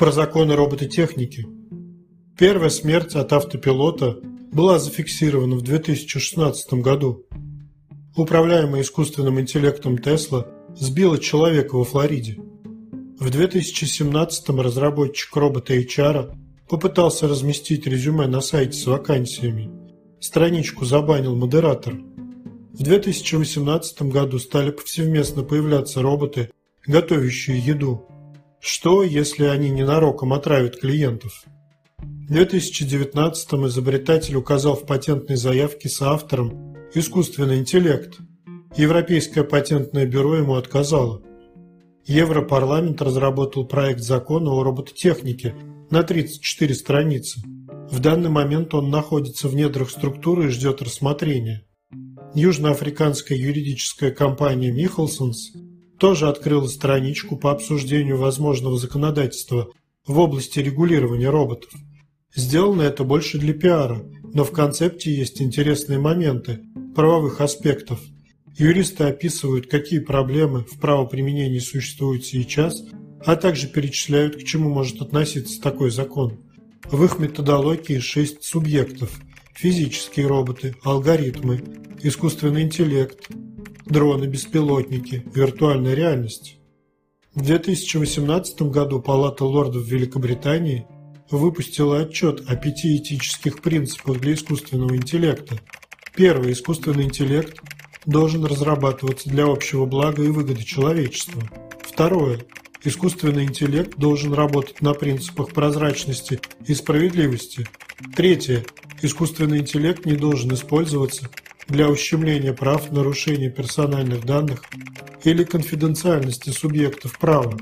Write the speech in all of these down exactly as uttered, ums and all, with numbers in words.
Про законы робототехники. Первая смерть от автопилота была зафиксирована в две тысячи шестнадцатом году. Управляемая искусственным интеллектом Тесла сбила человека во Флориде. В две тысячи семнадцатом разработчик робота эйч ар попытался разместить резюме на сайте с вакансиями. Страничку забанил модератор. В две тысячи восемнадцатом году стали повсеместно появляться роботы, готовящие еду. Что, если они ненароком отравят клиентов? В две тысячи девятнадцатом изобретатель указал в патентной заявке соавтором искусственный интеллект. Европейское патентное бюро ему отказало. Европарламент разработал проект закона о робототехнике на тридцать четыре страницы. В данный момент он находится в недрах структуры и ждет рассмотрения. Южноафриканская юридическая компания Михелсонс тоже открыла страничку по обсуждению возможного законодательства в области регулирования роботов. Сделано это больше для пиара, но в концепте есть интересные моменты правовых аспектов. Юристы описывают, какие проблемы в правоприменении существуют сейчас, а также перечисляют, к чему может относиться такой закон. В их методологии шесть субъектов – физические роботы, алгоритмы, искусственный интеллект, дроны, беспилотники, виртуальная реальность. В две тысячи восемнадцатом году Палата лордов Великобритании выпустила отчет о пяти этических принципах для искусственного интеллекта. Первый. Искусственный интеллект должен разрабатываться для общего блага и выгоды человечества. Второе. Искусственный интеллект должен работать на принципах прозрачности и справедливости. Третье. Искусственный интеллект не должен использоваться для ущемления прав, нарушения персональных данных или конфиденциальности субъектов права.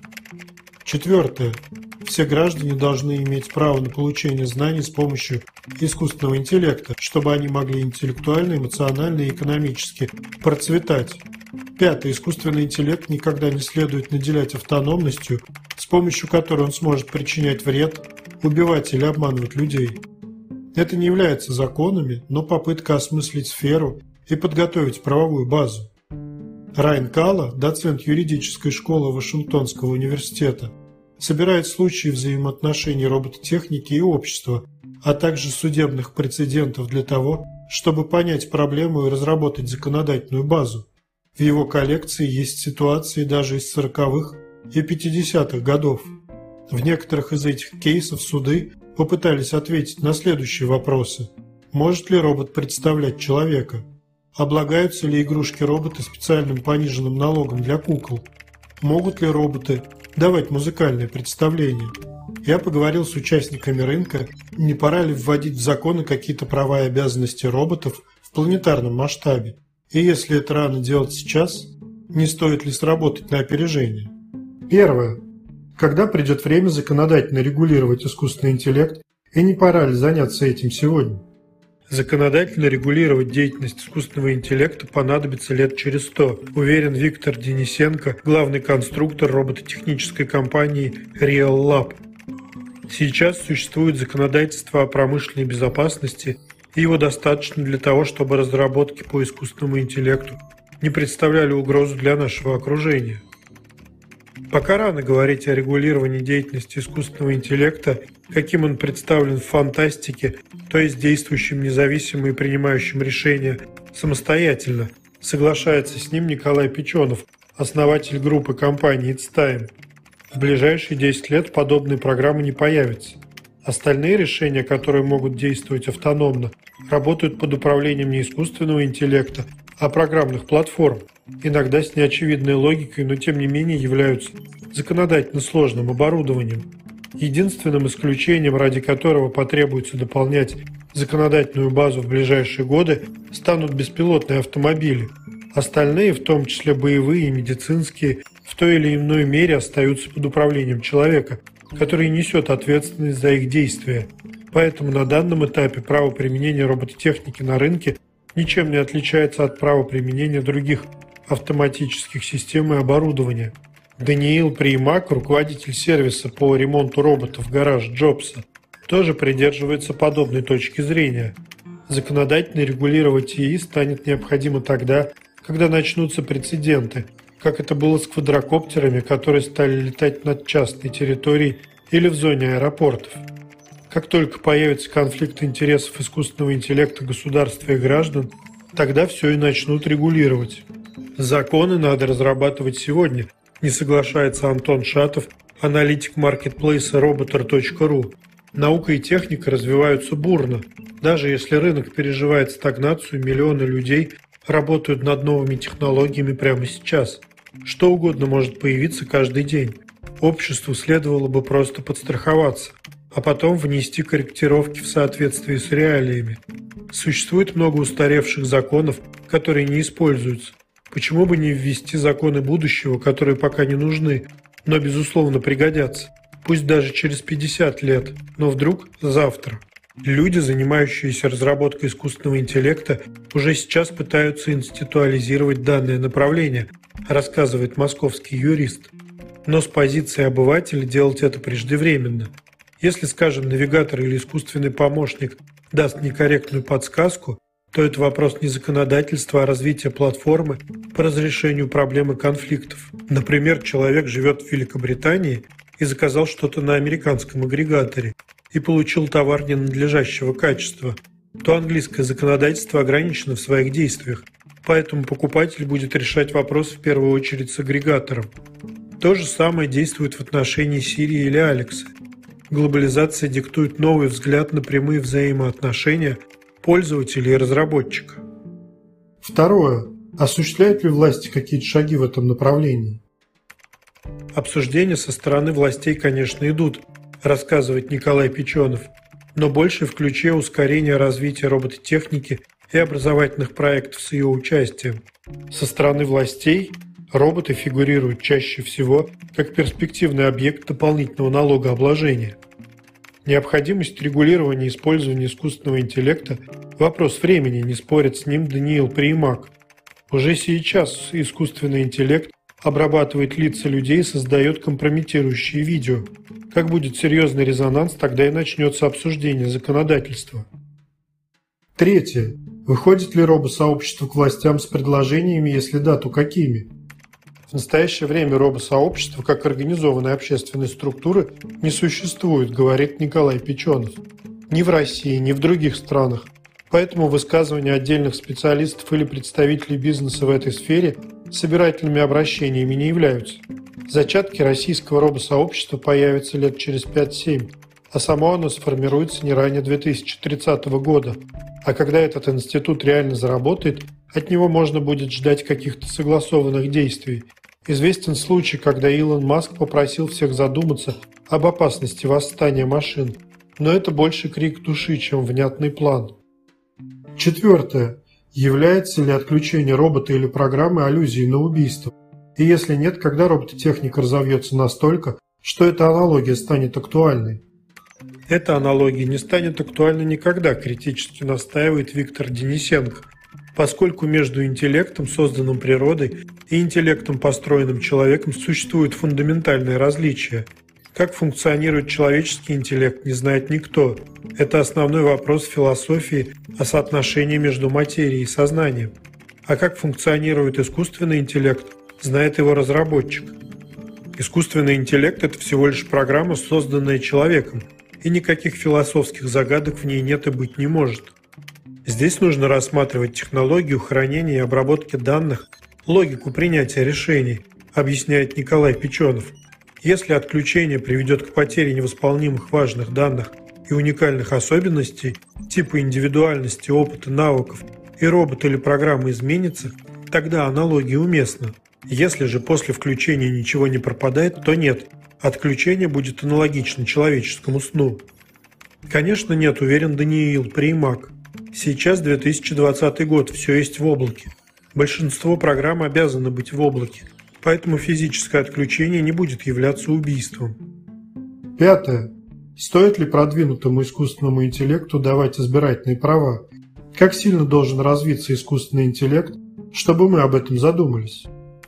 Четвертое. Все граждане должны иметь право на получение знаний с помощью искусственного интеллекта, чтобы они могли интеллектуально, эмоционально и экономически процветать. Пятое. Искусственный интеллект никогда не следует наделять автономностью, с помощью которой он сможет причинять вред, убивать или обманывать людей. Это не является законами, но попытка осмыслить сферу и подготовить правовую базу. Райан Калла, доцент юридической школы Вашингтонского университета, собирает случаи взаимоотношений робототехники и общества, а также судебных прецедентов для того, чтобы понять проблему и разработать законодательную базу. В его коллекции есть ситуации даже из сороковых и пятидесятых годов. В некоторых из этих кейсов суды попытались ответить на следующие вопросы. Может ли робот представлять человека? Облагаются ли игрушки-роботы специальным пониженным налогом для кукол? Могут ли роботы давать музыкальные представления? Я поговорил с участниками рынка, не пора ли вводить в законы какие-то права и обязанности роботов в планетарном масштабе. И если это рано делать сейчас, не стоит ли сработать на опережение? Первое. Когда придет время законодательно регулировать искусственный интеллект, и не пора ли заняться этим сегодня? Законодательно регулировать деятельность искусственного интеллекта понадобится лет через сто, уверен Виктор Денисенко, главный конструктор робототехнической компании Real Lab. Сейчас существует законодательство о промышленной безопасности, и его достаточно для того, чтобы разработки по искусственному интеллекту не представляли угрозу для нашего окружения. Пока рано говорить о регулировании деятельности искусственного интеллекта, каким он представлен в фантастике, то есть действующим независимо и принимающим решения самостоятельно, соглашается с ним Николай Печенов, основатель группы компании It's Time. В ближайшие десять лет подобные программы не появятся. Остальные решения, которые могут действовать автономно, работают под управлением не искусственного интеллекта, а программных платформ, иногда с неочевидной логикой, но тем не менее являются законодательно сложным оборудованием. Единственным исключением, ради которого потребуется дополнять законодательную базу в ближайшие годы, станут беспилотные автомобили. Остальные, в том числе боевые и медицинские, в той или иной мере остаются под управлением человека, который несет ответственность за их действия. Поэтому на данном этапе право применения робототехники на рынке ничем не отличается от права применения других автоматических систем и оборудования. Даниил Приимак, руководитель сервиса по ремонту роботов «Гараж Джобса», тоже придерживается подобной точки зрения. Законодательно регулировать ИИ станет необходимо тогда, когда начнутся прецеденты, как это было с квадрокоптерами, которые стали летать над частной территорией или в зоне аэропортов. Как только появится конфликт интересов искусственного интеллекта государства и граждан, тогда все и начнут регулировать. Законы надо разрабатывать сегодня, не соглашается Антон Шатов, аналитик маркетплейса роботер точка ру. Наука и техника развиваются бурно. Даже если рынок переживает стагнацию, миллионы людей работают над новыми технологиями прямо сейчас. Что угодно может появиться каждый день. Обществу следовало бы просто подстраховаться, а потом внести корректировки в соответствии с реалиями. Существует много устаревших законов, которые не используются. Почему бы не ввести законы будущего, которые пока не нужны, но, безусловно, пригодятся? Пусть даже через пятьдесят лет, но вдруг завтра. Люди, занимающиеся разработкой искусственного интеллекта, уже сейчас пытаются институализировать данное направление, рассказывает московский юрист. Но с позиции обывателя делать это преждевременно. Если, скажем, навигатор или искусственный помощник даст некорректную подсказку, то это вопрос не законодательства, а развития платформы по разрешению проблемы конфликтов. Например, человек живет в Великобритании и заказал что-то на американском агрегаторе и получил товар ненадлежащего качества, то английское законодательство ограничено в своих действиях, поэтому покупатель будет решать вопрос в первую очередь с агрегатором. То же самое действует в отношении Siri или Alexa. Глобализация диктует новый взгляд на прямые взаимоотношения пользователя и разработчика. Второе. Осуществляют ли власти какие-то шаги в этом направлении? Обсуждения со стороны властей, конечно, идут, рассказывает Николай Печенов, но больше в ключе ускорения развития робототехники и образовательных проектов с ее участием. Со стороны властей роботы фигурируют чаще всего как перспективный объект дополнительного налогообложения. Необходимость регулирования использования искусственного интеллекта – вопрос времени, не спорит с ним Даниил Приимак. Уже сейчас искусственный интеллект обрабатывает лица людей и создает компрометирующие видео. Как будет серьезный резонанс, тогда и начнется обсуждение законодательства. Третье. Выходит ли робосообщество к властям с предложениями, если да, то какими? В настоящее время робосообщества как организованной общественной структуры не существует, говорит Николай Печенов. Ни в России, ни в других странах. Поэтому высказывания отдельных специалистов или представителей бизнеса в этой сфере собирательными обращениями не являются. Зачатки российского робосообщества появятся лет через пять-семь, а само оно сформируется не ранее две тысячи тридцатого года. А когда этот институт реально заработает, от него можно будет ждать каких-то согласованных действий. Известен случай, когда Илон Маск попросил всех задуматься об опасности восстания машин, но это больше крик души, чем внятный план. Четвертое. Является ли отключение робота или программы аллюзией на убийство? И если нет, когда робототехника разовьется настолько, что эта аналогия станет актуальной? Эта аналогия не станет актуальной никогда, критически настаивает Виктор Денисенко, поскольку между интеллектом, созданным природой, и интеллектом, построенным человеком, существует фундаментальное различие. Как функционирует человеческий интеллект, не знает никто. Это основной вопрос философии о соотношении между материей и сознанием. А как функционирует искусственный интеллект, знает его разработчик. Искусственный интеллект – это всего лишь программа, созданная человеком, и никаких философских загадок в ней нет и быть не может. Здесь нужно рассматривать технологию хранения и обработки данных, логику принятия решений, объясняет Николай Печенов. Если отключение приведет к потере невосполнимых важных данных и уникальных особенностей, типа индивидуальности, опыта, навыков, и робот или программа изменится, тогда аналогия уместна. Если же после включения ничего не пропадает, то нет, отключение будет аналогично человеческому сну. Конечно, нет, уверен Даниил Приимак. Сейчас две тысячи двадцатый год, все есть в облаке. Большинство программ обязаны быть в облаке, поэтому физическое отключение не будет являться убийством. Пятое. Стоит ли продвинутому искусственному интеллекту давать избирательные права? Как сильно должен развиться искусственный интеллект, чтобы мы об этом задумались?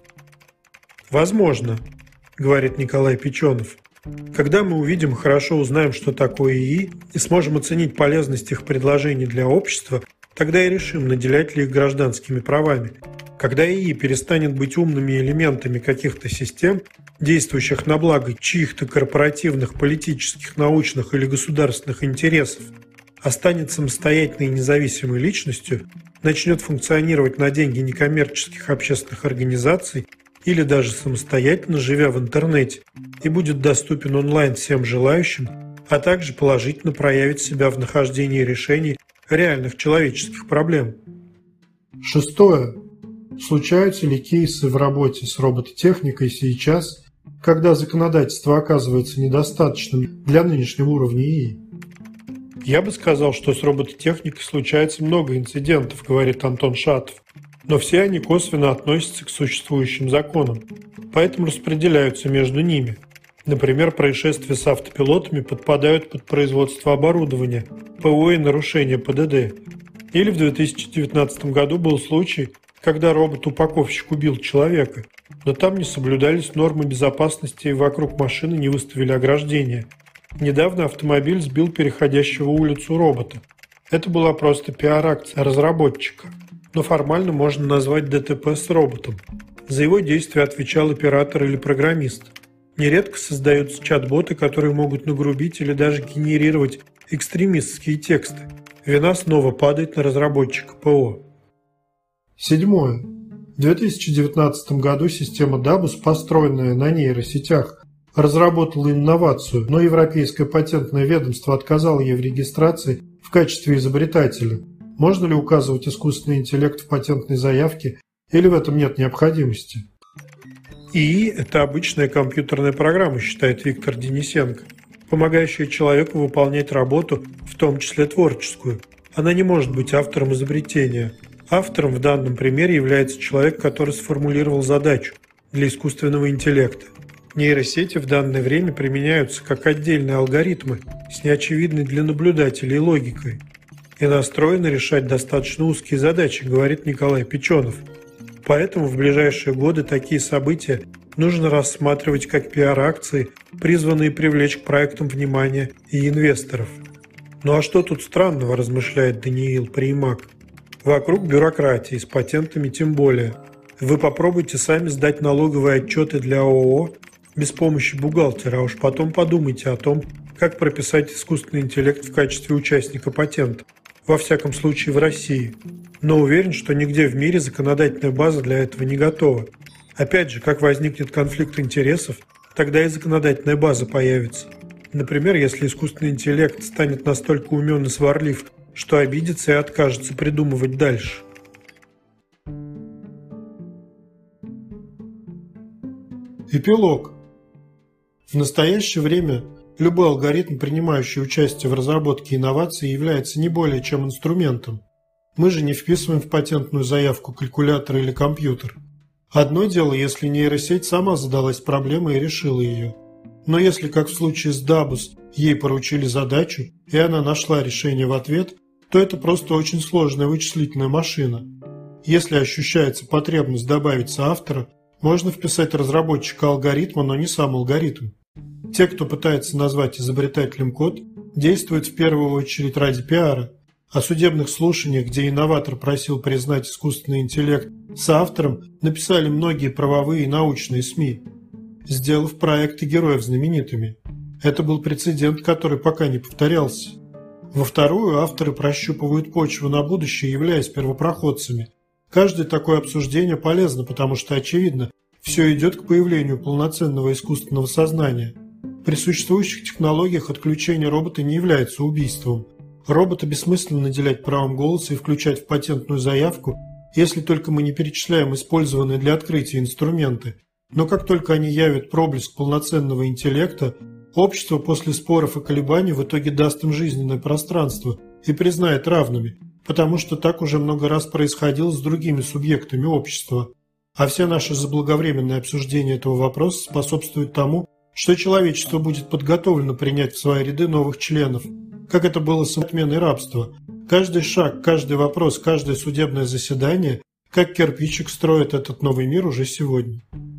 Возможно, говорит Николай Печенов. Когда мы увидим и хорошо узнаем, что такое ИИ, и сможем оценить полезность их предложений для общества, тогда и решим, наделять ли их гражданскими правами. Когда ИИ перестанет быть умными элементами каких-то систем, действующих на благо чьих-то корпоративных, политических, научных или государственных интересов, а станет самостоятельной и независимой личностью, начнет функционировать на деньги некоммерческих общественных организаций или даже самостоятельно, живя в интернете, и будет доступен онлайн всем желающим, а также положительно проявит себя в нахождении решений реальных человеческих проблем. Шестое. Случаются ли кейсы в работе с робототехникой сейчас, когда законодательство оказывается недостаточным для нынешнего уровня ИИ? Я бы сказал, что с робототехникой случается много инцидентов, говорит Антон Шатов, но все они косвенно относятся к существующим законам, поэтому распределяются между ними. Например, происшествия с автопилотами подпадают под производство оборудования, ПО и нарушение ПДД. Или в две тысячи девятнадцатом году был случай, когда робот-упаковщик убил человека, но там не соблюдались нормы безопасности и вокруг машины не выставили ограждения. Недавно автомобиль сбил переходящего улицу робота. Это была просто пиар-акция разработчика, но формально можно назвать ДТП с роботом. За его действия отвечал оператор или программист. Нередко создаются чат-боты, которые могут нагрубить или даже генерировать экстремистские тексты. Вина снова падает на разработчика ПО. Седьмое. В две тысячи девятнадцатом году система дабус, построенная на нейросетях, разработала инновацию, но Европейское патентное ведомство отказало ей в регистрации в качестве изобретателя. Можно ли указывать искусственный интеллект в патентной заявке, или в этом нет необходимости? ИИ – это обычная компьютерная программа, считает Виктор Денисенко, помогающая человеку выполнять работу, в том числе творческую. Она не может быть автором изобретения. Автором в данном примере является человек, который сформулировал задачу для искусственного интеллекта. Нейросети в данное время применяются как отдельные алгоритмы с неочевидной для наблюдателей логикой и настроены решать достаточно узкие задачи, говорит Николай Печенов. Поэтому в ближайшие годы такие события нужно рассматривать как пиар-акции, призванные привлечь к проектам внимание и инвесторов. Ну а что тут странного, размышляет Даниил Примак. Вокруг бюрократии, с патентами тем более. Вы попробуйте сами сдать налоговые отчеты для ООО без помощи бухгалтера, а уж потом подумайте о том, как прописать искусственный интеллект в качестве участника патента. Во всяком случае в России. Но уверен, что нигде в мире законодательная база для этого не готова. Опять же, как возникнет конфликт интересов, тогда и законодательная база появится. Например, если искусственный интеллект станет настолько умен и сварлив, что обидится и откажется придумывать дальше. Эпилог. В настоящее время любой алгоритм, принимающий участие в разработке инноваций, является не более чем инструментом. Мы же не вписываем в патентную заявку калькулятор или компьютер. Одно дело, если нейросеть сама задалась проблемой и решила ее. Но если, как в случае с дабус, ей поручили задачу, и она нашла решение в ответ, то это просто очень сложная вычислительная машина. Если ощущается потребность добавить соавтора, можно вписать разработчика алгоритма, но не сам алгоритм. Те, кто пытается назвать изобретателем код, действуют в первую очередь ради пиара. О судебных слушаниях, где инноватор просил признать искусственный интеллект соавтором, написали многие правовые и научные СМИ, сделав проекты героев знаменитыми. Это был прецедент, который пока не повторялся. Во вторую, авторы прощупывают почву на будущее, являясь первопроходцами. Каждое такое обсуждение полезно, потому что, очевидно, все идет к появлению полноценного искусственного сознания. При существующих технологиях отключение робота не является убийством. Робота бессмысленно наделять правом голоса и включать в патентную заявку, если только мы не перечисляем использованные для открытия инструменты. Но как только они явят проблеск полноценного интеллекта, общество после споров и колебаний в итоге даст им жизненное пространство и признает равными, потому что так уже много раз происходило с другими субъектами общества. А все наши заблаговременные обсуждения этого вопроса способствуют тому, что человечество будет подготовлено принять в свои ряды новых членов, как это было с отменой рабства. Каждый шаг, каждый вопрос, каждое судебное заседание, как кирпичик строит этот новый мир уже сегодня.